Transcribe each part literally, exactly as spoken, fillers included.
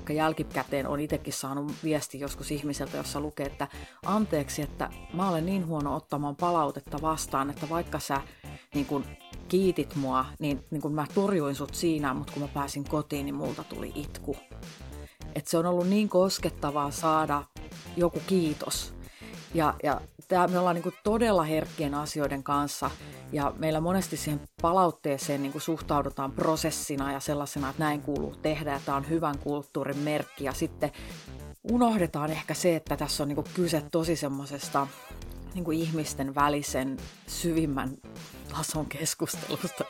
vaikka jälkikäteen on itsekin saanut viesti joskus ihmiseltä, jossa lukee, että anteeksi, että mä olen niin huono ottamaan palautetta vastaan, että vaikka sä niin kun kiitit mua, niin, niin kun mä torjuin sut siinä, mutta kun mä pääsin kotiin, niin multa tuli itku. Et se on ollut niin koskettavaa saada joku kiitos. Ja, ja tää, me ollaan niin kuin todella herkkien asioiden kanssa ja meillä monesti siihen palautteeseen niin kuin suhtaudutaan prosessina ja sellaisena, että näin kuuluu tehdä ja tämä on hyvän kulttuurin merkki. Ja sitten unohdetaan ehkä se, että tässä on niin kuin kyse tosi semmoisesta niin kuin ihmisten välisen syvimmän tason keskustelusta.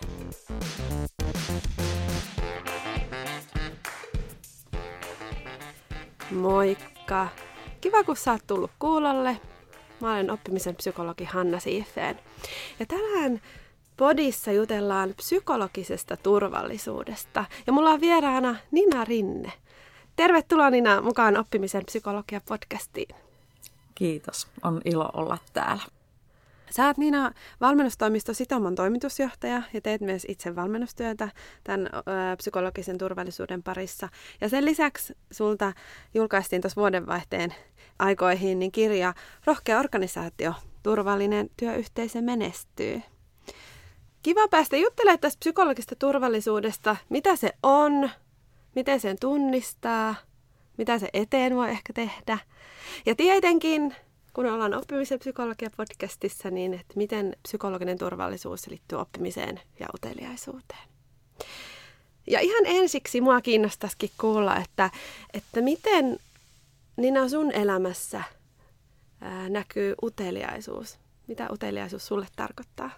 Moikka! Kiva, kun sä oot tullut kuulolle. Mä olen oppimisen psykologi Hanna Siifeen. Ja tänään podissa jutellaan psykologisesta turvallisuudesta. Ja mulla on vieraana Nina Rinne. Tervetuloa Nina mukaan oppimisen psykologia podcastiin. Kiitos. On ilo olla täällä. Sä oot Nina valmennustoimisto Sitomon toimitusjohtaja ja teet myös itse valmennustyötä tämän ö, psykologisen turvallisuuden parissa. Ja sen lisäksi sulta julkaistiin tuossa vuodenvaihteen aikoihin niin kirja Rohkea organisaatio, turvallinen työyhteisö menestyy. Kiva päästä juttelemaan tästä psykologisesta turvallisuudesta, mitä se on, miten sen tunnistaa, mitä se eteen voi ehkä tehdä. Ja tietenkin, kun ollaan oppimisen psykologia podcastissa, niin että miten psykologinen turvallisuus liittyy oppimiseen ja uteliaisuuteen. Ja ihan ensiksi mua kiinnostaisikin kuulla, että, että miten Nina sun elämässä ää, näkyy uteliaisuus. Mitä uteliaisuus sulle tarkoittaa?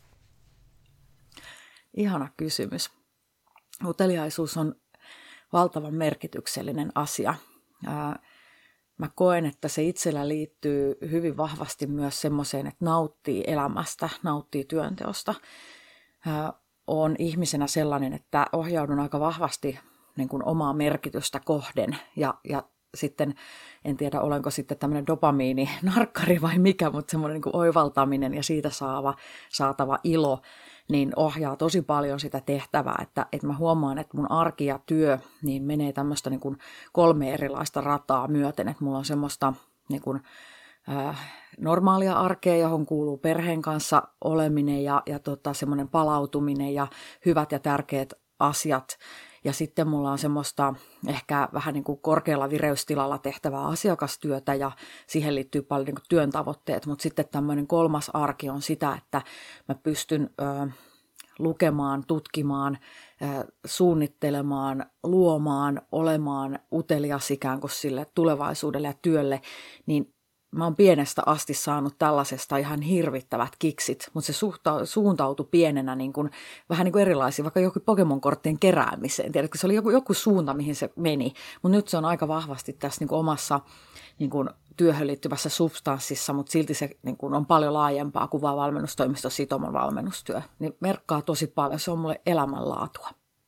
Ihana kysymys. Uteliaisuus on valtavan merkityksellinen asia. Ää, Mä koen, että se itsellä liittyy hyvin vahvasti myös semmoiseen, että nauttii elämästä, nauttii työnteosta. Ää, Olen ihmisenä sellainen, että ohjaudun aika vahvasti niin kuin omaa merkitystä kohden. Ja, ja sitten, en tiedä olenko sitten tämmöinen dopamiininarkkari vai mikä, mutta semmoinen niin kuin oivaltaminen ja siitä saava, saatava ilo, niin ohjaa tosi paljon sitä tehtävää, että, että mä huomaan, että mun arki ja työ niin menee tämmöistä niin kuin kolme erilaista rataa myöten, että mulla on semmoista niin kuin, äh, normaalia arkea, johon kuuluu perheen kanssa oleminen ja, ja tota, semmoinen palautuminen ja hyvät ja tärkeät asiat. Ja sitten mulla on semmoista ehkä vähän niin kuin korkealla vireystilalla tehtävää asiakastyötä ja siihen liittyy paljon niin kuin työn tavoitteet. Mutta sitten tämmöinen kolmas arki on sitä, että mä pystyn ö, lukemaan, tutkimaan, ö, suunnittelemaan, luomaan, olemaan utelias ikään kuin sille tulevaisuudelle ja työlle, niin mä oon pienestä asti saanut tällaisesta ihan hirvittävät kiksit, mutta se suhta, suuntautui pienenä niin kuin, vähän niin kuin erilaisiin, vaikka joku Pokemon-korttien keräämiseen. Tiedätkö, se oli joku, joku suunta, mihin se meni, mutta nyt se on aika vahvasti tässä niin kuin omassa niin kuin työhön liittyvässä substanssissa, mutta silti se niin kuin on paljon laajempaa kuin vaan valmennustoimisto Sitomon valmennustyö. Niin merkkaa tosi paljon, se on mulle elämänlaatua.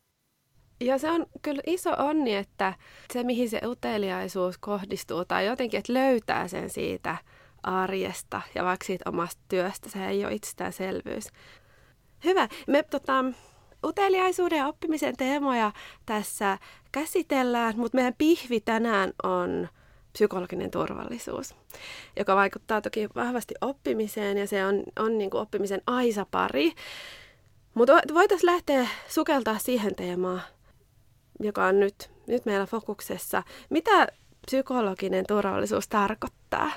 Ja se on kyllä iso onni, että se mihin se uteliaisuus kohdistuu tai jotenkin, että löytää sen siitä arjesta ja vaikka siitä omasta työstä, se ei ole itsestäänselvyys. Hyvä. Me tota, uteliaisuuden ja oppimisen teemoja tässä käsitellään, mutta meidän pihvi tänään on psykologinen turvallisuus, joka vaikuttaa toki vahvasti oppimiseen ja se on, on niin kuin oppimisen aisapari. Mutta voitaisiin lähteä sukeltaa siihen teemaan, joka on nyt, nyt meillä fokuksessa. Mitä psykologinen turvallisuus tarkoittaa?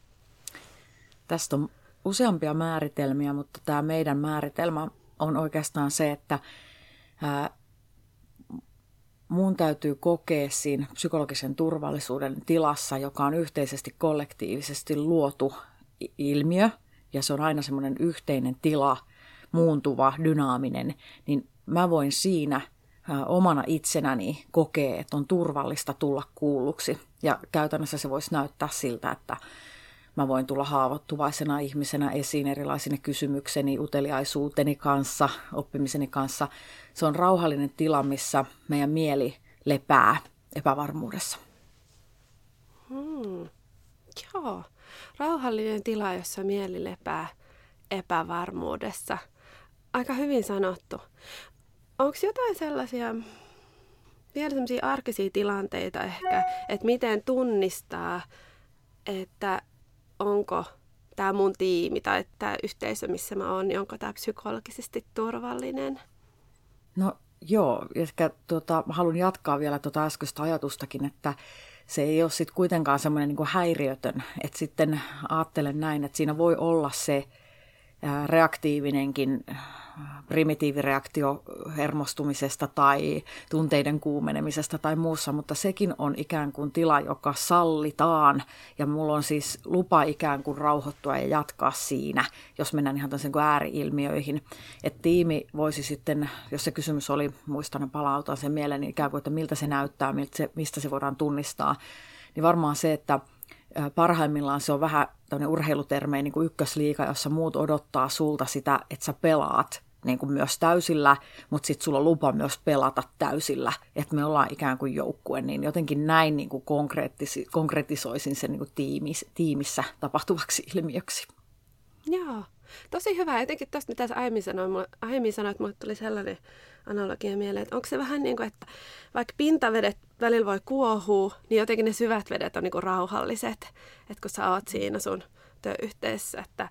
Tästä on useampia määritelmiä, mutta tämä meidän määritelmä on oikeastaan se, että ää, mun täytyy kokea siinä psykologisen turvallisuuden tilassa, joka on yhteisesti kollektiivisesti luotu ilmiö, ja se on aina semmoinen yhteinen tila, muuntuva, dynaaminen, niin mä voin siinä omana itsenäni kokee, että on turvallista tulla kuulluksi. Ja käytännössä se voisi näyttää siltä, että mä voin tulla haavoittuvaisena ihmisenä esiin erilaisine kysymykseni, uteliaisuuteni kanssa, oppimiseni kanssa. Se on rauhallinen tila, missä meidän mieli lepää epävarmuudessa. Hmm. Joo, rauhallinen tila, jossa mieli lepää epävarmuudessa. Aika hyvin sanottu. Onko jotain sellaisia vielä sellaisia arkisia tilanteita ehkä, että miten tunnistaa, että onko tämä mun tiimi tai tämä yhteisö, missä mä oon, niin onko tämä psykologisesti turvallinen? No joo, ehkä tuota, haluan jatkaa vielä tuota äskeistä ajatustakin, että se ei ole sitten kuitenkaan semmoinen niin kuin häiriötön, että sitten ajattelen näin, että siinä voi olla se reaktiivinenkin primitiivireaktio hermostumisesta tai tunteiden kuumenemisesta tai muussa, mutta sekin on ikään kuin tila, joka sallitaan ja mulla on siis lupa ikään kuin rauhoittua ja jatkaa siinä, jos mennään ihan tämmöisen ääri-ilmiöihin. Että tiimi voisi sitten, jos se kysymys oli, muistan palautan sen mieleen, niin ikään kuin, että miltä se näyttää, miltä se, mistä se voidaan tunnistaa, niin varmaan se, että parhaimmillaan se on vähän tämmöinen urheilutermei niin kuin ykkösliiga, jossa muut odottaa sulta sitä, että sä pelaat niin kuin myös täysillä, mutta sitten sulla on lupa myös pelata täysillä, että me ollaan ikään kuin joukkue, niin jotenkin näin niin kuin konkreettis- konkretisoisin sen niin kuin tiimis, tiimissä tapahtuvaksi ilmiöksi. Joo, tosi hyvä. Jotenkin tuosta, mitä sä aiemmin sanoit, aiemmin sanoit, mulle tuli sellainen analogia mieleen, että onko se vähän niin kuin, että vaikka pintavedet välillä voi kuohua, niin jotenkin ne syvät vedet on niin kuin rauhalliset, että kun sä oot siinä sun työyhteisössä, että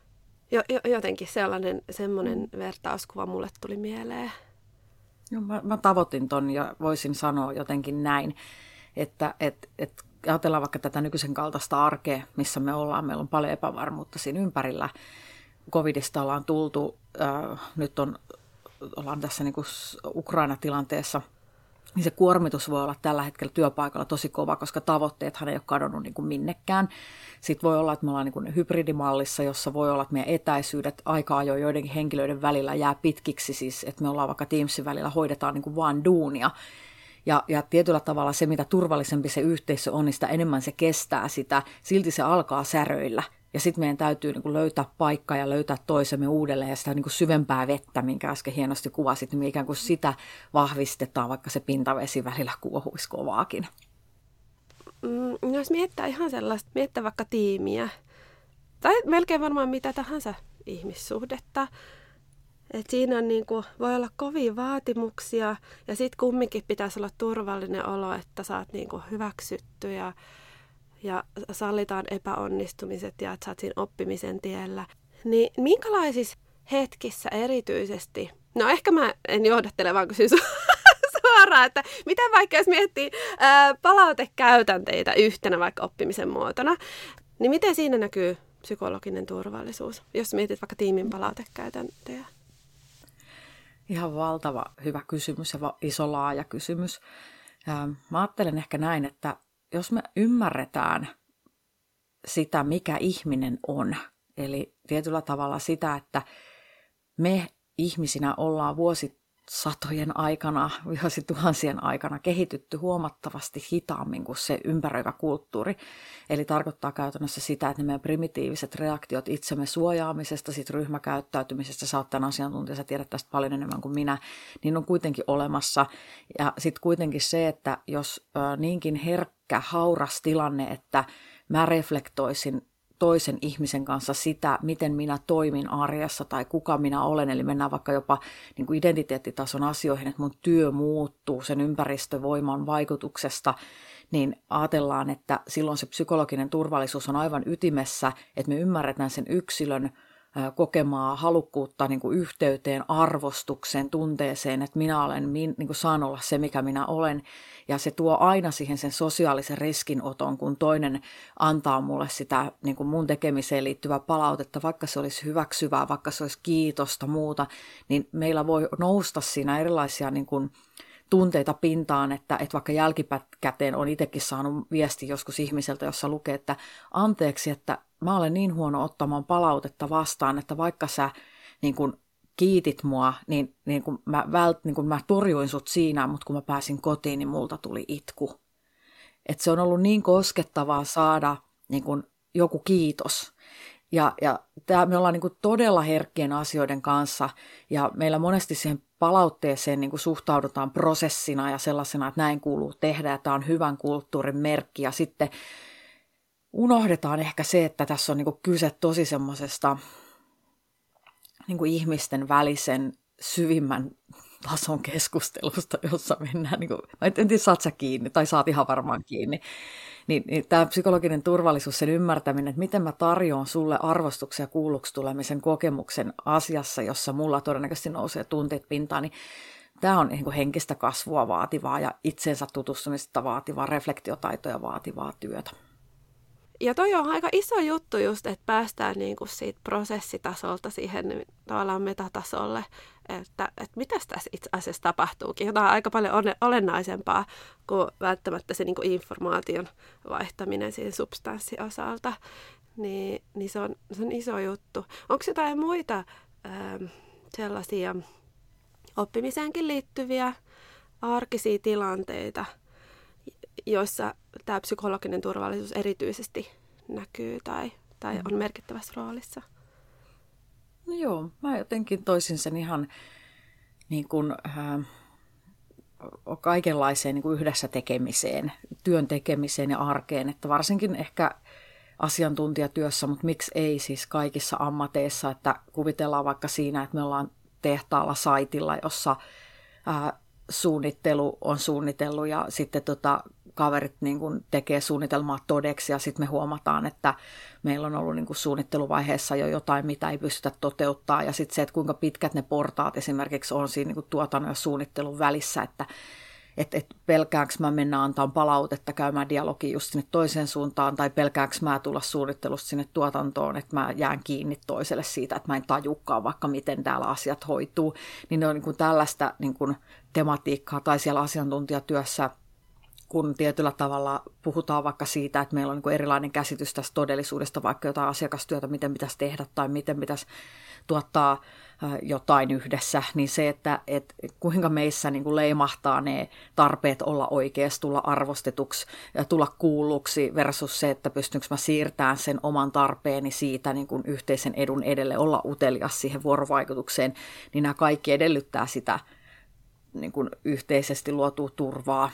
jo, jo, jotenkin sellainen semmoinen vertauskuva mulle tuli mieleen. Joo, mä, mä tavoitin ton ja voisin sanoa jotenkin näin, että et, et ajatellaan vaikka tätä nykyisen kaltaista arkea, missä me ollaan, meillä on paljon epävarmuutta siinä ympärillä. Covidista ollaan tultu, äh, nyt on, ollaan tässä niin kuin Ukraina-tilanteessa, niin se kuormitus voi olla tällä hetkellä työpaikalla tosi kova, koska tavoitteethan ei ole kadonnut niin kuin minnekään. Sitten voi olla, että me ollaan niin kuin hybridimallissa, jossa voi olla, että meidän etäisyydet aika ajoin joidenkin henkilöiden välillä jää pitkiksi, siis että me ollaan vaikka Teamsin välillä, hoidetaan niin kuin vaan duunia. Ja, ja tietyllä tavalla se, mitä turvallisempi se yhteisö on, niin sitä enemmän se kestää sitä. Silti se alkaa säröillä. Ja sitten meidän täytyy niin kuin löytää paikka ja löytää toisemme uudelleen ja sitä niin kuin syvempää vettä, minkä äsken hienosti kuvasit, niin me ikään kuin sitä vahvistetaan, vaikka se pintavesi välillä kuohuisi kovaakin. Mm, jos miettää ihan sellaista, miettää vaikka tiimiä, tai melkein varmaan mitä tahansa ihmissuhdetta, että siinä on niin kuin, voi olla kovia vaatimuksia ja sitten kumminkin pitäisi olla turvallinen olo, että sä oot niin kuin hyväksytty ja, ja sallitaan epäonnistumiset ja että sä oot siinä oppimisen tiellä. Niin minkälaisissa hetkissä erityisesti, no ehkä mä en johdattele, vaan kysyn suoraan, että miten vaikka jos miettii ää, palautekäytänteitä yhtenä vaikka oppimisen muotona, niin miten siinä näkyy psykologinen turvallisuus, jos mietit vaikka tiimin palautekäytäntöjä? Ihan valtava hyvä kysymys ja iso laaja kysymys. Mä ajattelen ehkä näin, että jos me ymmärretään sitä, mikä ihminen on, eli tietyllä tavalla sitä, että me ihmisinä ollaan vuosisatojen aikana, vuosituhansien aikana kehitytty huomattavasti hitaammin kuin se ympäröivä kulttuuri. Eli tarkoittaa käytännössä sitä, että ne meidän primitiiviset reaktiot itsemme suojaamisesta, sit ryhmäkäyttäytymisestä, sä oot tämän asiantuntija, sä tiedät tästä paljon enemmän kuin minä, niin on kuitenkin olemassa. Ja sitten kuitenkin se, että jos ö, niinkin herkkä, hauras tilanne, että mä reflektoisin toisen ihmisen kanssa sitä, miten minä toimin arjessa tai kuka minä olen. Eli mennään vaikka jopa niin kuin identiteettitason asioihin, että mun työ muuttuu sen ympäristövoiman vaikutuksesta, niin ajatellaan, että silloin se psykologinen turvallisuus on aivan ytimessä, että me ymmärretään sen yksilön kokemaa halukkuutta niin kuin yhteyteen, arvostukseen, tunteeseen, että minä olen, niin kuin saan olla se, mikä minä olen. Ja se tuo aina siihen sen sosiaalisen riskinoton, kun toinen antaa mulle sitä niin kuin mun tekemiseen liittyvää palautetta, vaikka se olisi hyväksyvää, vaikka se olisi kiitosta, muuta, niin meillä voi nousta siinä erilaisia niin kuin tunteita pintaan, että, että vaikka jälkikäteen on itsekin saanut viesti joskus ihmiseltä, jossa lukee, että anteeksi, että mä olen niin huono ottamaan palautetta vastaan, että vaikka sä niin kun kiitit mua, niin, niin, kun mä vält, niin kun mä torjuin sut siinä, mutta kun mä pääsin kotiin, niin multa tuli itku. Et se on ollut niin koskettavaa saada niin kun joku kiitos. Ja, ja tää, me ollaan niin kun todella herkkien asioiden kanssa ja meillä monesti siihen palautteeseen niin kun suhtaudutaan prosessina ja sellaisena, että näin kuuluu tehdä ja tämä on hyvän kulttuurin merkki ja sitten unohdetaan ehkä se, että tässä on niin kuin kyse tosi semmoisesta niin kuin ihmisten välisen syvimmän tason keskustelusta, jossa mennään, niin kuin, en tiedä, saat sä kiinni, tai saat ihan varmaan kiinni, niin, niin tämä psykologinen turvallisuus, sen ymmärtäminen, että miten mä tarjoan sulle arvostuksen ja kuulluksi tulemisen kokemuksen asiassa, jossa mulla todennäköisesti nousee tunteet pintaan, niin tämä on niin kuin henkistä kasvua vaativaa ja itseensä tutustumista vaativaa, reflektiotaitoja vaativaa työtä. Ja toi on aika iso juttu just, että päästään niinku siitä prosessitasolta siihen tavallaan metatasolle, että, että mitä tässä itse asiassa tapahtuukin. Jotain aika paljon olennaisempaa kuin välttämättä se niinku informaation vaihtaminen siinä substanssiosalta. Niin, niin se, on, se on iso juttu. Onko jotain muita ähm, sellaisia oppimiseenkin liittyviä arkisia tilanteita, joissa tämä psykologinen turvallisuus erityisesti näkyy tai, tai on merkittävässä roolissa? No joo, mä jotenkin toisin sen ihan niin kuin, äh, kaikenlaiseen niin kuin yhdessä tekemiseen, työn tekemiseen ja arkeen, että varsinkin ehkä asiantuntijatyössä, mutta miksi ei siis kaikissa ammateissa, että kuvitellaan vaikka siinä, että me ollaan tehtaalla saitilla, jossa äh, suunnittelu on suunnitellut ja sitten tota, kaverit niin kun tekee suunnitelmaa todeksi ja sitten me huomataan, että meillä on ollut niin kun suunnitteluvaiheessa jo jotain, mitä ei pystytä toteuttaa ja sitten se, että kuinka pitkät ne portaat esimerkiksi on siinä niin kun tuotannon ja suunnittelun välissä, että et, et pelkäänkö mä mennä antaa palautetta käymään dialogia just sinne toiseen suuntaan tai pelkäänkö mä tulla suunnittelusta sinne tuotantoon, että mä jään kiinni toiselle siitä, että mä en tajukaan vaikka miten täällä asiat hoituu, niin ne on niin kuin tällaista niin kuin tematiikkaa tai siellä asiantuntijatyössä, kun tietyllä tavalla puhutaan vaikka siitä, että meillä on niin kuin erilainen käsitys tästä todellisuudesta, vaikka jotain asiakastyötä, miten pitäisi tehdä tai miten pitäisi tuottaa jotain yhdessä, niin se, että et, kuinka meissä niin kuin leimahtaa ne tarpeet olla oikeassa, tulla arvostetuksi ja tulla kuulluksi versus se, että pystynkö mä siirtämään sen oman tarpeeni siitä niin kuin yhteisen edun edelle, olla utelias siihen vuorovaikutukseen, niin nämä kaikki edellyttää sitä niin kuin yhteisesti luotua turvaa.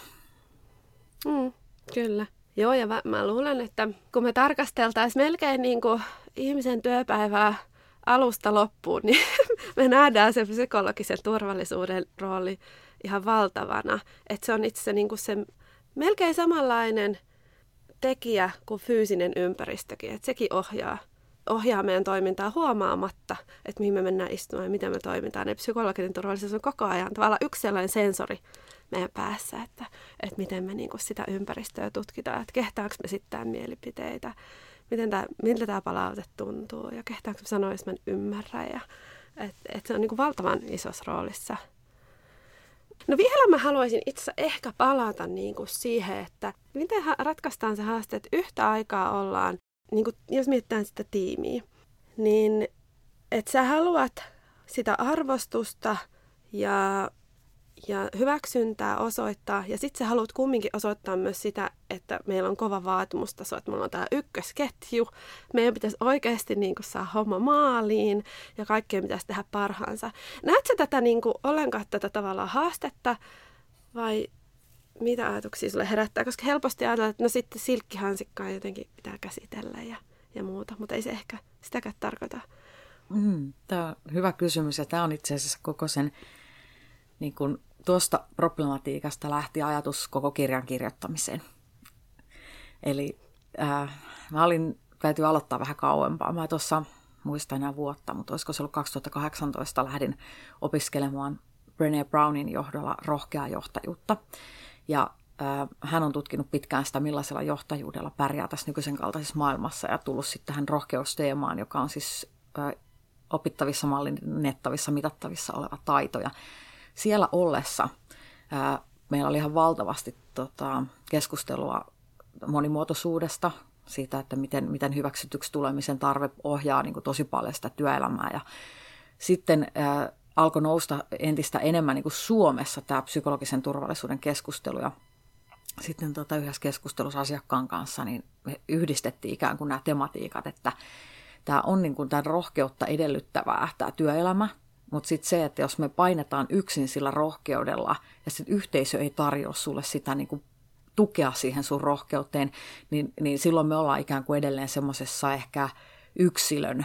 Mm, kyllä. Joo, ja mä, mä luulen, että kun me tarkasteltaisiin melkein niin kuin ihmisen työpäivää alusta loppuun, niin me nähdään se psykologisen turvallisuuden rooli ihan valtavana. Että se on itse asiassa niin kuin se melkein samanlainen tekijä kuin fyysinen ympäristökin. Että sekin ohjaa, ohjaa meidän toimintaa huomaamatta, että mihin me mennään istumaan ja miten me toimitaan. Ja psykologinen turvallisuus on koko ajan tavallaan yksi sellainen sensori meidän päässä, että, että miten me niin kuin sitä ympäristöä tutkitaan, että kehtaanko me sitten mielipiteitä, miten tämä, miltä tämä palaute tuntuu ja kehtaanko me sanoa, jos mä en ymmärrä. Ja, että, että se on niin kuin valtavan isossa roolissa. No vielä mä haluaisin itse ehkä palata niin kuin siihen, että miten ratkaistaan se haaste, että yhtä aikaa ollaan, niin kuin, jos mietitään sitä tiimiä, niin että sä haluat sitä arvostusta ja Ja hyväksyntää osoittaa, ja sitten sä haluat kumminkin osoittaa myös sitä, että meillä on kova vaatimustaso, että meillä on tämä ykkösketju, meidän pitäisi oikeasti niin kuin saada homma maaliin, ja kaikkeen pitäisi tehdä parhaansa. Näetkö sä tätä niin kuin, ollenkaan tätä tavallaan haastetta, vai mitä ajatuksia sulle herättää? Koska helposti ajatellaan, että no sitten silkkihansikkaa jotenkin pitää käsitellä ja, ja muuta, mutta ei se ehkä sitäkään tarkoita. Mm, tämä on hyvä kysymys, ja tämä on itse asiassa koko sen niin kun tuosta problematiikasta lähti ajatus koko kirjan kirjoittamiseen. Eli äh, mä olin, täytyy aloittaa vähän kauempaa. Mä tuossa, muista enää vuotta, mutta olisiko se ollut kaksituhattakahdeksantoista, lähdin opiskelemaan Brené Brownin johdolla rohkeaa johtajuutta. Ja äh, hän on tutkinut pitkään sitä, millaisella johtajuudella pärjää tässä nykyisen kaltaisessa maailmassa ja tullut sitten tähän rohkeusteemaan, joka on siis äh, opittavissa, mallinnettavissa, mitattavissa oleva taito. Ja siellä ollessa ää, meillä oli ihan valtavasti tota, keskustelua monimuotoisuudesta, siitä, että miten, miten hyväksytyksi tulemisen tarve ohjaa niin kuin tosi paljon sitä työelämää. Ja sitten ää, alkoi nousta entistä enemmän niin kuin Suomessa tämä psykologisen turvallisuuden keskustelu. Ja sitten tota, yhdessä keskustelussa asiakkaan kanssa niin me yhdistettiin ikään kuin nämä tematiikat, että tämä on niin kuin tämän rohkeutta edellyttävää tämä työelämä. Mutta sitten se, että jos me painetaan yksin sillä rohkeudella ja sitten yhteisö ei tarjoa sulle sitä niin kuin tukea siihen sun rohkeuteen, niin, niin silloin me ollaan ikään kuin edelleen semmoisessa ehkä yksilön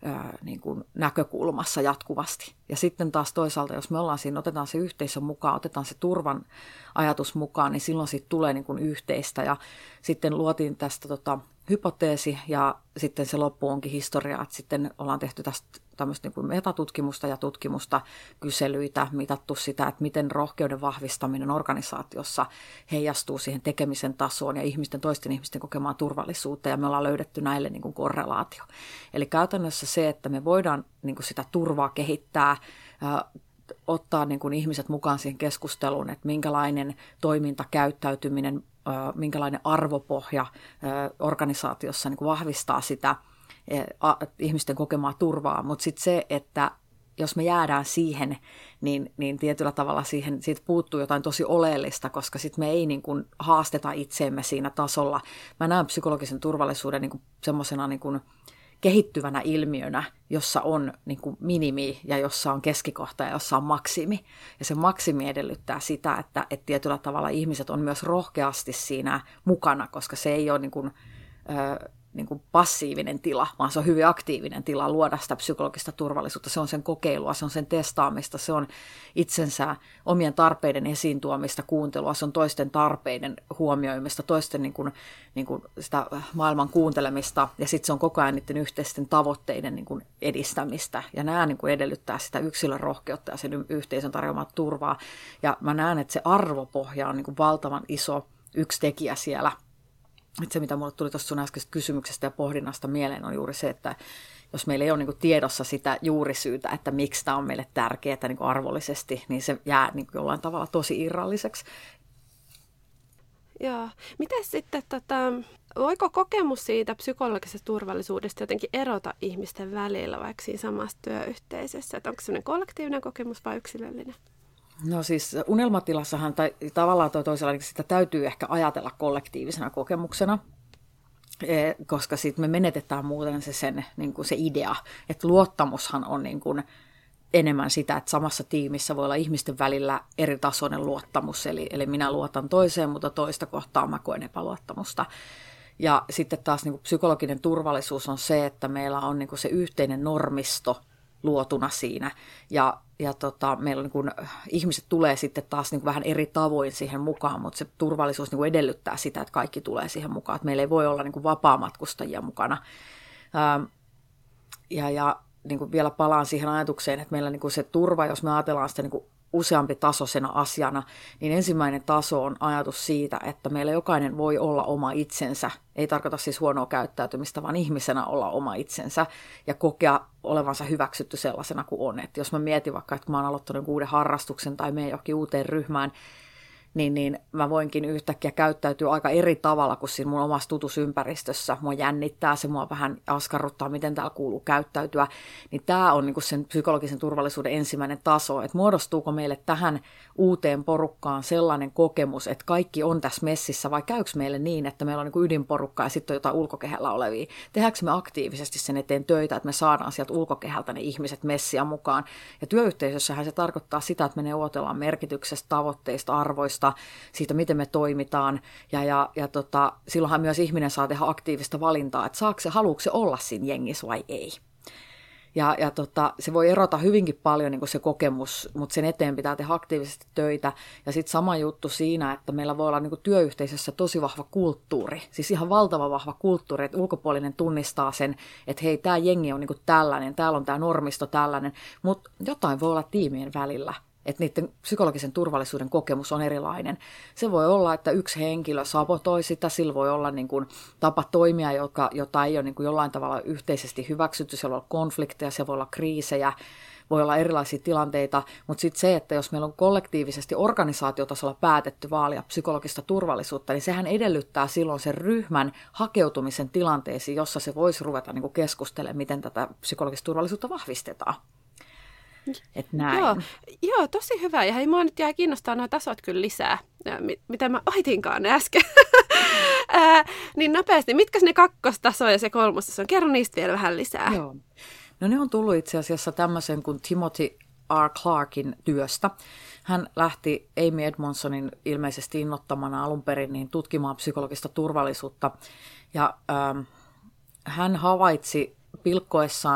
ää, niin kuin näkökulmassa jatkuvasti. Ja sitten taas toisaalta, jos me ollaan siinä, otetaan se yhteisö mukaan, otetaan se turvan ajatus mukaan, niin silloin siitä tulee niin kuin yhteistä. Ja sitten luotiin tästä tota, hypoteesi ja sitten se loppu onkin historia, että sitten ollaan tehty tästä tämmöistä niin kuin metatutkimusta ja tutkimusta, kyselyitä, mitattu sitä, että miten rohkeuden vahvistaminen organisaatiossa heijastuu siihen tekemisen tasoon ja ihmisten, toisten ihmisten kokemaan turvallisuutta, ja me ollaan löydetty näille niin kuin korrelaatio. Eli käytännössä se, että me voidaan niin kuin sitä turvaa kehittää, ää, ottaa niin kuin ihmiset mukaan siihen keskusteluun, että minkälainen toiminta, käyttäytyminen, ää, minkälainen arvopohja ää, organisaatiossa niin kuin vahvistaa sitä ihmisten kokemaa turvaa, mutta sitten se, että jos me jäädään siihen, niin, niin tietyllä tavalla siihen, siitä puuttuu jotain tosi oleellista, koska sitten me ei niin kuin haasteta itseemme siinä tasolla. Mä näen psykologisen turvallisuuden niin kuin semmoisena niin kuin kehittyvänä ilmiönä, jossa on niin kuin minimi ja jossa on keskikohta ja jossa on maksimi. Ja se maksimi edellyttää sitä, että, että tietyllä tavalla ihmiset on myös rohkeasti siinä mukana, koska se ei ole niin kuin, ö, niin kuin passiivinen tila, vaan se on hyvin aktiivinen tila luoda sitä psykologista turvallisuutta. Se on sen kokeilua, se on sen testaamista, se on itsensä omien tarpeiden esiin tuomista, kuuntelua, se on toisten tarpeiden huomioimista, toisten niin kuin, niin kuin sitä maailman kuuntelemista, ja sitten se on koko ajan niiden yhteisten tavoitteiden niin kuin edistämistä. Ja nämä niin kuin edellyttää sitä yksilön rohkeutta ja sen yhteisön tarjoamaa turvaa. Ja mä näen, että se arvopohja on niin kuin valtavan iso yksi tekijä siellä. Että se, mitä mulle tuli tuosta sun äskeisestä kysymyksestä ja pohdinnasta mieleen, on juuri se, että jos meillä ei ole niin kuin tiedossa sitä juurisyytä, että miksi tämä on meille tärkeää niin kuin arvollisesti, niin se jää niin kuin jollain tavalla tosi irralliseksi. Joo. Miten sitten, tota, voiko kokemus siitä psykologisesta turvallisuudesta jotenkin erota ihmisten välillä vaikka siinä samassa työyhteisössä? Että onko se sellainen kollektiivinen kokemus vai yksilöllinen? No siis unelmatilassahan tai tavallaan toi toisella niin sitä täytyy ehkä ajatella kollektiivisena kokemuksena, koska sitten me menetetään muuten se, sen, niin kuin se idea, että luottamushan on niin kuin enemmän sitä, että samassa tiimissä voi olla ihmisten välillä eri tasoinen luottamus, eli, eli minä luotan toiseen, mutta toista kohtaa mä koen epäluottamusta. Ja sitten taas niin kuin psykologinen turvallisuus on se, että meillä on niin kuin se yhteinen normisto luotuna siinä, ja, ja tota, meillä on niin kuin, ihmiset tulee sitten taas niin kuin vähän eri tavoin siihen mukaan, mutta se turvallisuus niin kuin edellyttää sitä, että kaikki tulee siihen mukaan, että meillä ei voi olla niin kuin vapaamatkustajia mukana. Ähm, ja ja niin kuin vielä palaan siihen ajatukseen, että meillä niin kuin se turva, jos me ajatellaan sitä niin kuin useampi tasoisena asiana, niin ensimmäinen taso on ajatus siitä, että meillä jokainen voi olla oma itsensä. Ei tarkoita siis huonoa käyttäytymistä, vaan ihmisenä olla oma itsensä ja kokea olevansa hyväksytty sellaisena kuin on. Että jos mä mietin vaikka, että mä oon aloittanut uuden harrastuksen tai menen johonkin uuteen ryhmään, niin, niin mä voinkin yhtäkkiä käyttäytyä aika eri tavalla kuin siinä mun omassa tutusympäristössä. Mua jännittää, se mua vähän askarruttaa, miten täällä kuuluu käyttäytyä. Niin tämä on niin kuin sen psykologisen turvallisuuden ensimmäinen taso, että muodostuuko meille tähän uuteen porukkaan sellainen kokemus, että kaikki on tässä messissä, vai käykö meille niin, että meillä on niin kuin ydinporukka ja sitten on jotain ulkokehällä olevia. Tehdäänkö me aktiivisesti sen eteen töitä, että me saadaan sieltä ulkokehältä ne ihmiset messiä mukaan. Ja työyhteisössähän se tarkoittaa sitä, että me neuvotellaan merkityksestä, tavoitteista, arvoista, siitä, miten me toimitaan, ja, ja, ja tota, silloinhan myös ihminen saa tehdä aktiivista valintaa, että saako se, haluuko se olla siinä jengissä vai ei. Ja, ja tota, se voi erota hyvinkin paljon niin kuin se kokemus, mutta sen eteen pitää tehdä aktiivisesti töitä. Ja sitten sama juttu siinä, että meillä voi olla niin kuin työyhteisössä tosi vahva kulttuuri, siis ihan valtava vahva kulttuuri, että ulkopuolinen tunnistaa sen, että hei, tämä jengi on niin kuin tällainen, täällä on tämä normisto tällainen, mutta jotain voi olla tiimien välillä. Että niiden psykologisen turvallisuuden kokemus on erilainen. Se voi olla, että yksi henkilö sabotoi sitä, sillä voi olla niin kuin tapa toimia, joka, jota ei ole niin kuin jollain tavalla yhteisesti hyväksytty, siellä voi olla konflikteja, siellä voi olla kriisejä, voi olla erilaisia tilanteita, mutta sitten se, että jos meillä on kollektiivisesti organisaatiotasolla päätetty vaalia psykologista turvallisuutta, niin sehän edellyttää silloin sen ryhmän hakeutumisen tilanteisiin, jossa se voisi ruveta niin kuin keskustelemaan, miten tätä psykologista turvallisuutta vahvistetaan. Joo, joo, tosi hyvä. Ja hei, mua nyt jää kiinnostaa nuo tasot kyllä lisää, mitä mä ohitinkaan ne äsken. Ää, niin nopeasti, mitkä ne kakkostaso ja se kolmostaso on? Kerro niistä vielä vähän lisää. Joo. No ne on tullut itse asiassa tämmöisen kuin Timothy R. Clarkin työstä. Hän lähti Amy Edmondsonin ilmeisesti innoittamana alun perin niin tutkimaan psykologista turvallisuutta. Ja ähm, hän havaitsi pilkkoessaan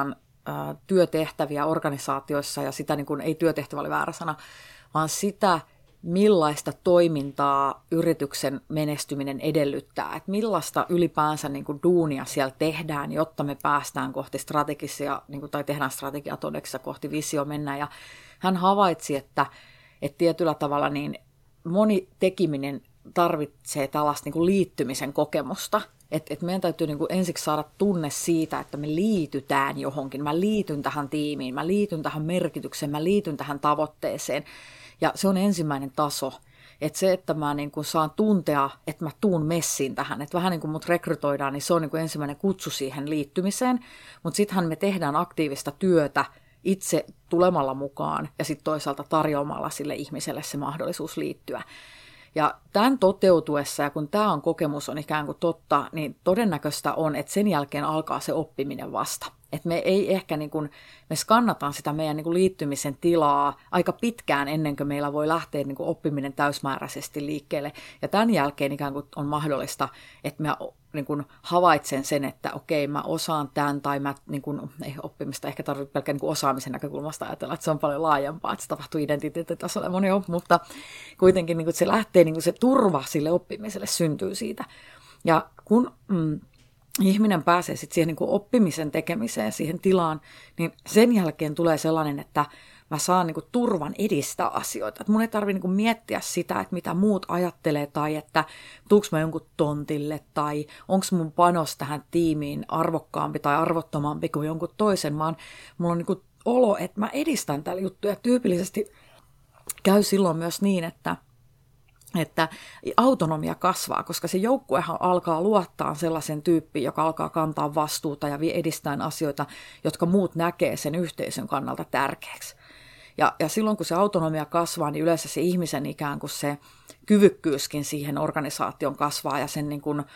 ää, työtehtäviä organisaatioissa, ja sitä niin kuin, ei työtehtävä oli väärä sana, vaan sitä, millaista toimintaa yrityksen menestyminen edellyttää, että millaista ylipäänsä niin kuin duunia siellä tehdään, jotta me päästään kohti strategisia, niin kuin, tai tehdään strategiaa todeksi kohti visio mennään. Ja hän havaitsi, että, että tietyllä tavalla niin moni tekeminen tarvitsee tällaista niin kuin liittymisen kokemusta. Että et meidän täytyy niin kuin ensiksi saada tunne siitä, että me liitytään johonkin. Mä liityn tähän tiimiin, mä liityn tähän merkitykseen, mä liityn tähän tavoitteeseen. Ja se on ensimmäinen taso. Että se, että mä niin kuin saan tuntea, että mä tuun messiin tähän. Että vähän niin kuin mut rekrytoidaan, niin se on niin kuin ensimmäinen kutsu siihen liittymiseen. Mutta sittenhän me tehdään aktiivista työtä itse tulemalla mukaan ja sitten toisaalta tarjoamalla sille ihmiselle se mahdollisuus liittyä. Ja tämän toteutuessa, ja kun tämä on kokemus on ikään kuin totta, niin todennäköistä on, että sen jälkeen alkaa se oppiminen vasta. Että me ei ehkä, niin kuin, me skannataan sitä meidän niin kuin liittymisen tilaa aika pitkään ennen kuin meillä voi lähteä niin kuin oppiminen täysmääräisesti liikkeelle. Ja tämän jälkeen ikään kuin on mahdollista, että mä niin kuin havaitsen sen, että okei, mä osaan tämän, tai mä niin kuin, ei oppimista ehkä tarvitse pelkään niin kuin osaamisen näkökulmasta ajatella, että se on paljon laajempaa, että se tapahtuu identiteettitasolla moni on, mutta kuitenkin niin kuin, se lähtee, niin kuin se turva sille oppimiselle syntyy siitä. Ja kun mm, ihminen pääsee sitten siihen niin kuin oppimisen tekemiseen, siihen tilaan, niin sen jälkeen tulee sellainen, että mä saan niin kuin turvan edistää asioita. Et mun ei tarvitse niin kuin miettiä sitä, että mitä muut ajattelee, tai että tuuks mä jonkun tontille, tai onko mun panos tähän tiimiin arvokkaampi tai arvottomampi kuin jonkun toisen, vaan mulla on niin kuin olo, että mä edistän tällä juttuja. Tyypillisesti käy silloin myös niin, että että autonomia kasvaa, koska se joukkuehan alkaa luottaa sellaisen tyyppiin, joka alkaa kantaa vastuuta ja edistää asioita, jotka muut näkee sen yhteisön kannalta tärkeäksi. Ja, ja silloin, kun se autonomia kasvaa, niin yleensä se ihmisen ikään kuin se kyvykkyyskin siihen organisaation kasvaa, ja sen niin kuin,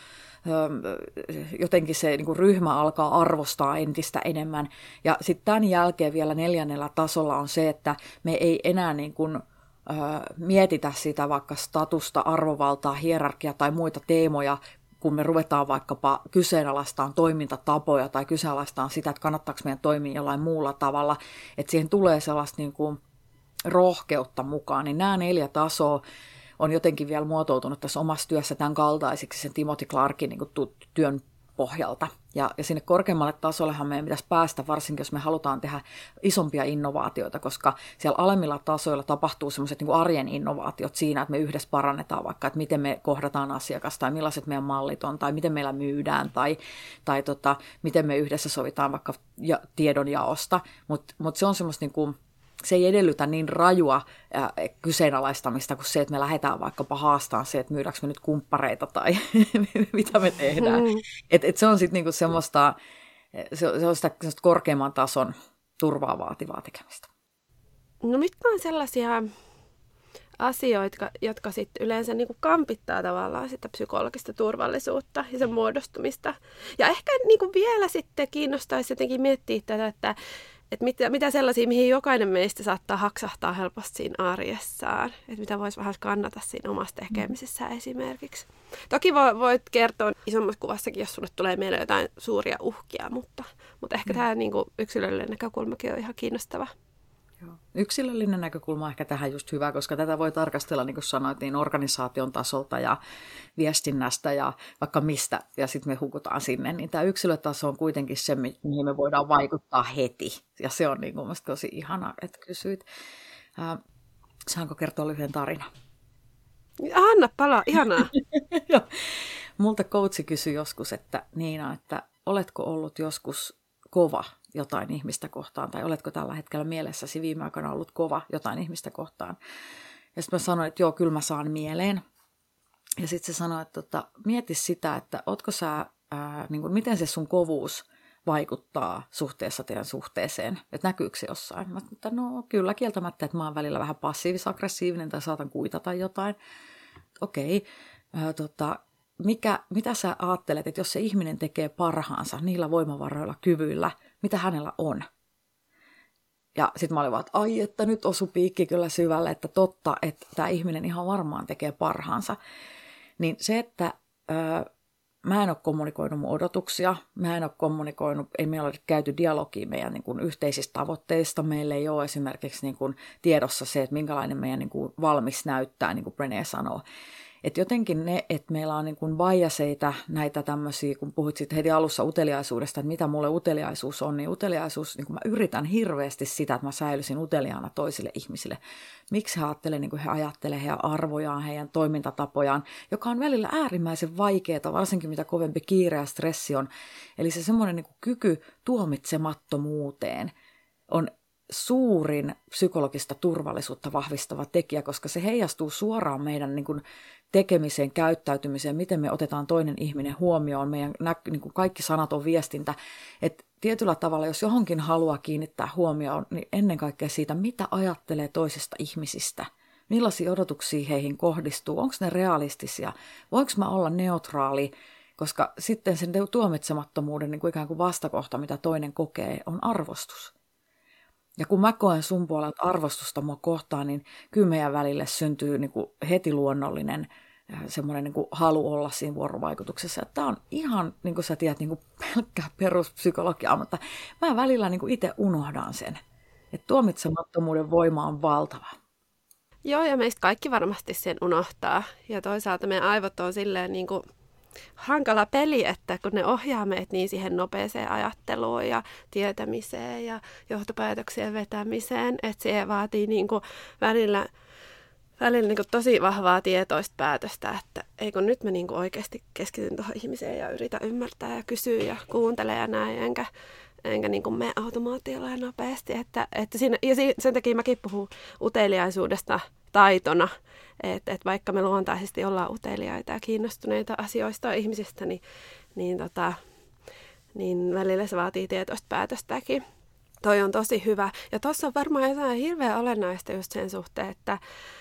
jotenkin se niin kuin ryhmä alkaa arvostaa entistä enemmän. Ja sitten tämän jälkeen vielä neljännellä tasolla on se, että me ei enää niin kuin mietitä sitä vaikka statusta, arvovaltaa, hierarkia tai muita teemoja, kun me ruvetaan vaikkapa kyseenalaistaan toimintatapoja tai kyseenalaistaan sitä, että kannattaako meidän toimia jollain muulla tavalla, että siihen tulee sellaista niin kuin rohkeutta mukaan, niin nämä neljä tasoa on jotenkin vielä muotoutunut tässä omassa työssä tämän kaltaisiksi sen Timothy Clarkin niin kuin työn pohjalta. Ja, ja sinne korkeammalle tasollehan meidän pitäisi päästä, varsinkin jos me halutaan tehdä isompia innovaatioita, koska siellä alemmilla tasoilla tapahtuu sellaiset niin kuin arjen innovaatiot siinä, että me yhdessä parannetaan vaikka, että miten me kohdataan asiakas, tai millaiset meidän mallit on, tai miten meillä myydään, tai, tai tota, miten me yhdessä sovitaan vaikka ja, tiedonjaosta, mutta mut se on semmoista niin kuin se ei edellytä niin rajua ää, kyseenalaistamista kuin se, että me lähdetään vaikkapa haastamaan se, että myydäänkö me nyt kumppareita tai mitä me tehdään. Mm. Et, et se on sitten niinku semmoista, se, se on sitä korkeamman tason turvaa vaativaa tekemistä. No mitkä on sellaisia asioita, jotka, jotka sitten yleensä niinku kampittaa tavallaan sitä psykologista turvallisuutta ja sen muodostumista? Ja ehkä niinku vielä sitten kiinnostaisi jotenkin miettiä tätä, että Että mitä, mitä sellaisia, mihin jokainen meistä saattaa haksahtaa helposti siinä arjessaan. Että mitä voisi vähän kannata siinä omassa tekemisessä esimerkiksi. Toki voit kertoa isommassa kuvassakin, jos sulle tulee mieleen jotain suuria uhkia, mutta, mutta ehkä mm. tämä niin kuin yksilöllinen näkökulmakin on ihan kiinnostava. Joo. Yksilöllinen näkökulma on ehkä tähän just hyvä, koska tätä voi tarkastella, niin kuin sanoit, niin organisaation tasolta ja viestinnästä ja vaikka mistä, ja sitten me hukutaan sinne. Niin tämä yksilötaso on kuitenkin se, mihin me voidaan vaikuttaa heti. Ja se on niin kuin mielestäni tosi ihana, että kysyit. Äh, saanko kertoa lyhyen tarinan? Anna palaa, ihanaa. Multa coachi kysyi joskus, että Niina, että oletko ollut joskus kova jotain ihmistä kohtaan, tai oletko tällä hetkellä mielessäsi viime aikoina ollut kova jotain ihmistä kohtaan. Ja sitten mä sanoin, että joo, kyllä mä saan mieleen. Ja sitten se sanoi, että tota, mieti sitä, että ootko sä, ää, niin kuin, miten se sun kovuus vaikuttaa suhteessa teidän suhteeseen, että näkyykö se jossain. Mä sanoin, että no kyllä kieltämättä, että mä oon välillä vähän passiivis-aggressiivinen tai saatan kuitata jotain. Okei, ää, tota, mikä, mitä sä ajattelet, että jos se ihminen tekee parhaansa niillä voimavaroilla, kyvyillä, mitä hänellä on? Ja sitten mä olin vaan, että ai, että nyt osu piikki kyllä syvälle, että totta, että tämä ihminen ihan varmaan tekee parhaansa. Niin se, että ö, mä en ole kommunikoinut mun odotuksia, mä en ole kommunikoinut, ei meillä ole käyty dialogia meidän niin kuin yhteisistä tavoitteista, meillä ei ole esimerkiksi niin kuin tiedossa se, että minkälainen meidän niin kuin valmis näyttää, niin kuin Brené sanoo. Että jotenkin ne, että meillä on niin kuin biaseita, näitä tämmöisiä, kun puhuit sitten heti alussa uteliaisuudesta, että mitä mulle uteliaisuus on, niin uteliaisuus, niin kuin mä yritän hirveästi sitä, että mä säilyisin uteliaana toisille ihmisille. Miksi he ajattelee, niin kuin he ajattelee heidän arvojaan, heidän toimintatapojaan, joka on välillä äärimmäisen vaikeaa, varsinkin mitä kovempi kiire ja stressi on. Eli se semmoinen niin kuin kyky tuomitsemattomuuteen on suurin psykologista turvallisuutta vahvistava tekijä, koska se heijastuu suoraan meidän niin kuin tekemiseen, käyttäytymiseen, miten me otetaan toinen ihminen huomioon, meidän niin kuin kaikki sanaton viestintä. Et tietyllä tavalla, jos johonkin haluaa kiinnittää huomioon, niin ennen kaikkea siitä, mitä ajattelee toisista ihmisistä, millaisia odotuksia heihin kohdistuu, onko ne realistisia, voinko mä olla neutraali, koska sitten sen tuomitsemattomuuden niin kuin ikään kuin vastakohta, mitä toinen kokee, on arvostus. Ja kun mä koen sun puolelta arvostusta mua kohtaan, niin kyllä meidän välille syntyy niin kuin heti luonnollinen semmoinen niin kuin halu olla siinä vuorovaikutuksessa. Tämä on ihan, niin kuin sä tiedät, niin kuin pelkkää peruspsykologiaa, mutta mä välillä niin kuin itse unohdan sen. Että tuomitsemattomuuden voima on valtava. Joo, ja meistä kaikki varmasti sen unohtaa. Ja toisaalta meidän aivot on silleen niin kuin hankala peli, että kun ne ohjaa meitä niin siihen nopeeseen ajatteluun ja tietämiseen ja johtopäätöksien vetämiseen, että se vaatii niin kuin välillä, välillä niin kuin tosi vahvaa tietoista päätöstä, että ei kun nyt mä niin kuin oikeasti keskityn tuohon ihmiseen ja yritän ymmärtää ja kysyä ja kuuntele ja näin, enkä, enkä niin kuin mene automaatiolla ja nopeasti. Että, että siinä, ja sen takia mäkin puhun uteliaisuudesta taitona. Että et vaikka me luontaisesti ollaan uteliaita ja kiinnostuneita asioista ja ihmisistä, niin, niin, tota, niin välillä se vaatii tietoista päätöstäkin. Toi on tosi hyvä. Ja tuossa on varmaan jotain hirveän olennaista just sen suhteen, että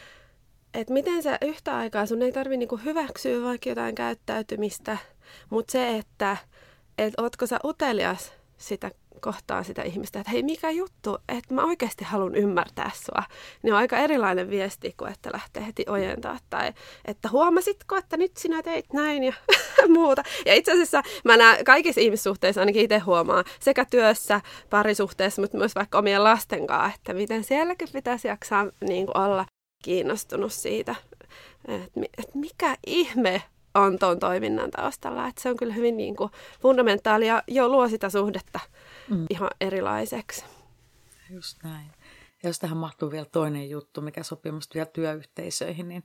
et miten sä yhtä aikaa, sun ei tarvitse niinku hyväksyä vaikka jotain käyttäytymistä, mutta se, että et ootko sä utelias sitä kohtaan sitä ihmistä, että hei, mikä juttu, että mä oikeasti haluan ymmärtää sua. Niin on aika erilainen viesti kuin että lähtee heti ojentaa tai että huomasitko, että nyt sinä teit näin ja muuta. Ja itse asiassa mä näen kaikissa ihmissuhteissa ainakin itse huomaa sekä työssä, parisuhteessa, mutta myös vaikka omien lasten kanssa, että miten sielläkin pitäisi jaksaa niin kuin olla kiinnostunut siitä, että et mikä ihme on tuon toiminnan taustalla. Että se on kyllä hyvin niin kuin fundamentaali ja jo luo sitä suhdetta mm. ihan erilaiseksi. Just näin. Ja jos tähän mahtuu vielä toinen juttu, mikä sopii musta vielä työyhteisöihin, niin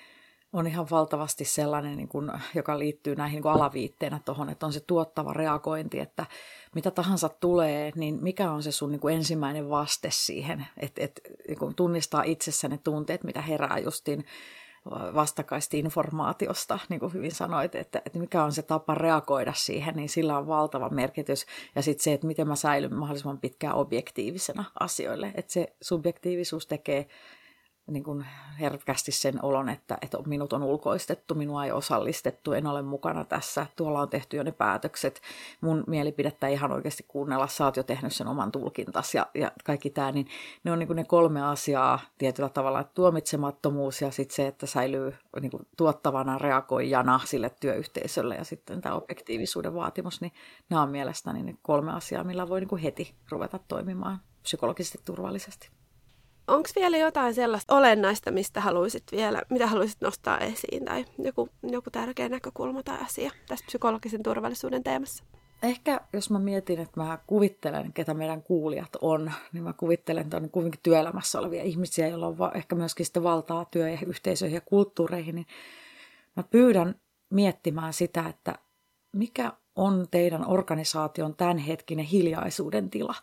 on ihan valtavasti sellainen, niin kuin, joka liittyy näihin niin kuin alaviitteenä tuohon, että on se tuottava reagointi, että mitä tahansa tulee, niin mikä on se sun niin kuin ensimmäinen vaste siihen, että, että niin kuin tunnistaa itsessä ne tunteet, mitä herää justiin vastakkaista informaatiosta, niin kuin hyvin sanoit, että, että mikä on se tapa reagoida siihen, niin sillä on valtava merkitys. Ja sitten se, että miten mä säilyn mahdollisimman pitkään objektiivisena asioille. Että se subjektiivisuus tekee niin kuin herkästi sen olon, että, että minut on ulkoistettu, minua ei osallistettu, en ole mukana tässä, tuolla on tehty jo ne päätökset, mun mielipidettä ei ihan oikeasti kuunnella, sä oot jo tehnyt sen oman tulkintas ja, ja kaikki tämä, niin ne on niin kuin ne kolme asiaa tietyllä tavalla, että tuomitsemattomuus ja sitten se, että säilyy niin kuin tuottavana reagoijana sille työyhteisölle ja sitten tämä objektiivisuuden vaatimus, niin nämä on mielestäni ne kolme asiaa, millä voi niin kuin heti ruveta toimimaan psykologisesti turvallisesti. Onko vielä jotain sellaista olennaista, mistä haluaisit vielä, mitä haluaisit nostaa esiin tai joku, joku tärkeä näkökulma tai asia tässä psykologisen turvallisuuden teemassa? Ehkä jos mä mietin, että mä kuvittelen, ketä meidän kuulijat on, niin mä kuvittelen tuonne kuitenkin työelämässä olevia ihmisiä, joilla on va- ehkä myöskin sitä valtaa työ- ja yhteisöihin ja kulttuureihin, niin mä pyydän miettimään sitä, että mikä on teidän organisaation tämänhetkinen hiljaisuuden tila.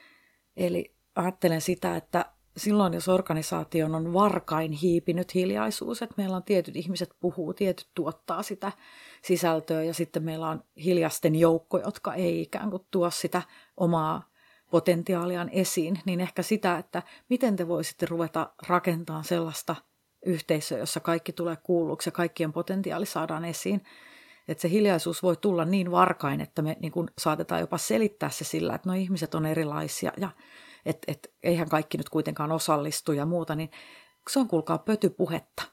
Eli ajattelen sitä, että silloin, jos organisaation on varkain hiipinyt hiljaisuus, että meillä on tietyt ihmiset puhuu, tietyt tuottaa sitä sisältöä ja sitten meillä on hiljaisten joukko, jotka ei ikään kuin tuo sitä omaa potentiaaliaan esiin, niin ehkä sitä, että miten te voisitte ruveta rakentamaan sellaista yhteisöä, jossa kaikki tulee kuulluksi ja kaikkien potentiaali saadaan esiin. Että se hiljaisuus voi tulla niin varkain, että me niin kuin saatetaan jopa selittää se sillä, että no ihmiset on erilaisia ja että et, eihän kaikki nyt kuitenkaan osallistu ja muuta, niin se on kuulkaa pötypuhetta.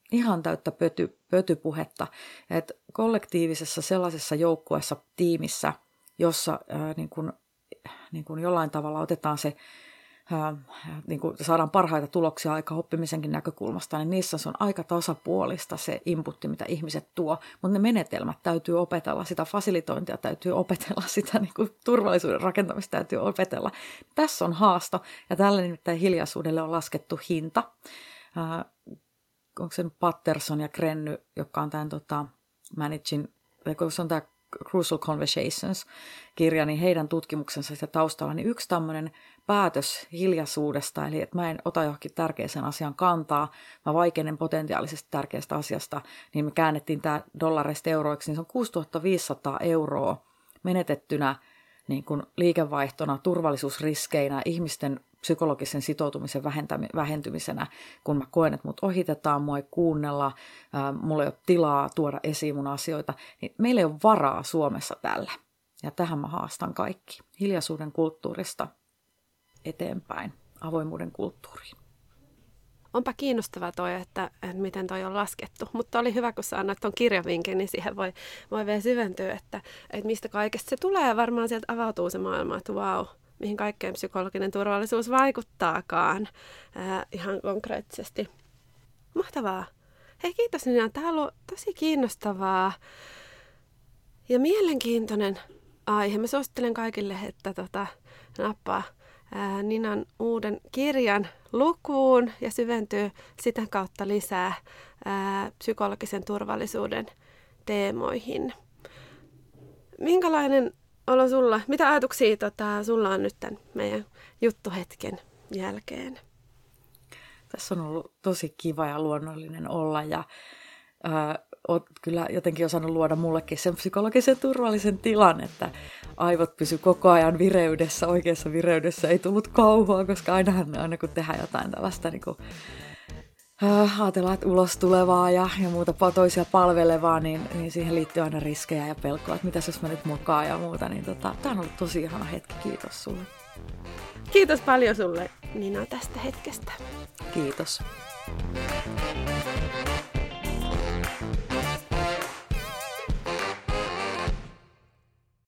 ihan täyttä pöty, pötypuhetta, että kollektiivisessa sellaisessa joukkueessa, tiimissä, jossa ää, niin kun, niin kun jollain tavalla otetaan se, ää, niin kun saadaan parhaita tuloksia aika oppimisenkin näkökulmasta, niin niissä se on aika tasapuolista se inputti, mitä ihmiset tuo, mutta ne menetelmät täytyy opetella, sitä fasilitointia täytyy opetella, sitä niin kun turvallisuuden rakentamista täytyy opetella. Tässä on haasto, ja tällä nimittäin hiljaisuudelle on laskettu hinta. Ää, onko se Patterson ja Krenny, joka on tämän tota, Managing, se on tämä Crucial Conversations-kirja, niin heidän tutkimuksensa sitä taustalla, niin yksi tämmöinen päätös hiljaisuudesta, eli että mä en ota johonkin tärkeäseen asian kantaa, mä vaikeinen potentiaalisesti tärkeästä asiasta, niin me käännettiin tämä dollareista euroiksi, niin se on kuusituhatta viisisataa euroa menetettynä niin kuin liikevaihtona, turvallisuusriskeinä, ihmisten psykologisen sitoutumisen vähentymisenä, kun mä koen, että mut ohitetaan, mua ei kuunnella, ää, mulla ei ole tilaa tuoda esiin mun asioita, niin meillä ei ole varaa Suomessa tällä. Ja tähän mä haastan kaikki. Hiljaisuuden kulttuurista eteenpäin, avoimuuden kulttuuriin. Onpa kiinnostavaa toi, että, että miten toi on laskettu, mutta oli hyvä, kun sä annoit ton kirjavinkin, niin siihen voi, voi vielä syventyä, että, että mistä kaikesta se tulee, ja varmaan sieltä avautuu se maailma, että vau, wow, mihin kaikkeen psykologinen turvallisuus vaikuttaakaan ää, ihan konkreettisesti. Mahtavaa. Hei, kiitos Nina. Tämä on ollut tosi kiinnostavaa ja mielenkiintoinen aihe. Mä suosittelen kaikille, että tota, nappaa ää, Ninan uuden kirjan lukuun ja syventyy sitä kautta lisää ää, psykologisen turvallisuuden teemoihin. Minkälainen olo sulla? Mitä ajatuksia tota, sulla on nyt tämän meidän juttuhetken jälkeen? Tässä on ollut tosi kiva ja luonnollinen olla ja ää, oot kyllä jotenkin osannut luoda mullekin sen psykologisen turvallisen tilan, että aivot pysy koko ajan vireydessä, oikeassa vireydessä. Ei tullut kauhua, koska ainahan aina kun tehdään jotain tällaista niin kuin Äh, ajatellaan, että ulos tulevaa ja, ja muuta toisia palvelevaa, niin, niin siihen liittyy aina riskejä ja pelkoa, että mitäs jos mä nyt mukaan ja muuta. Niin tota, tää on ollut tosi ihana hetki. Kiitos sulle. Kiitos paljon sulle, Nina, tästä hetkestä. Kiitos.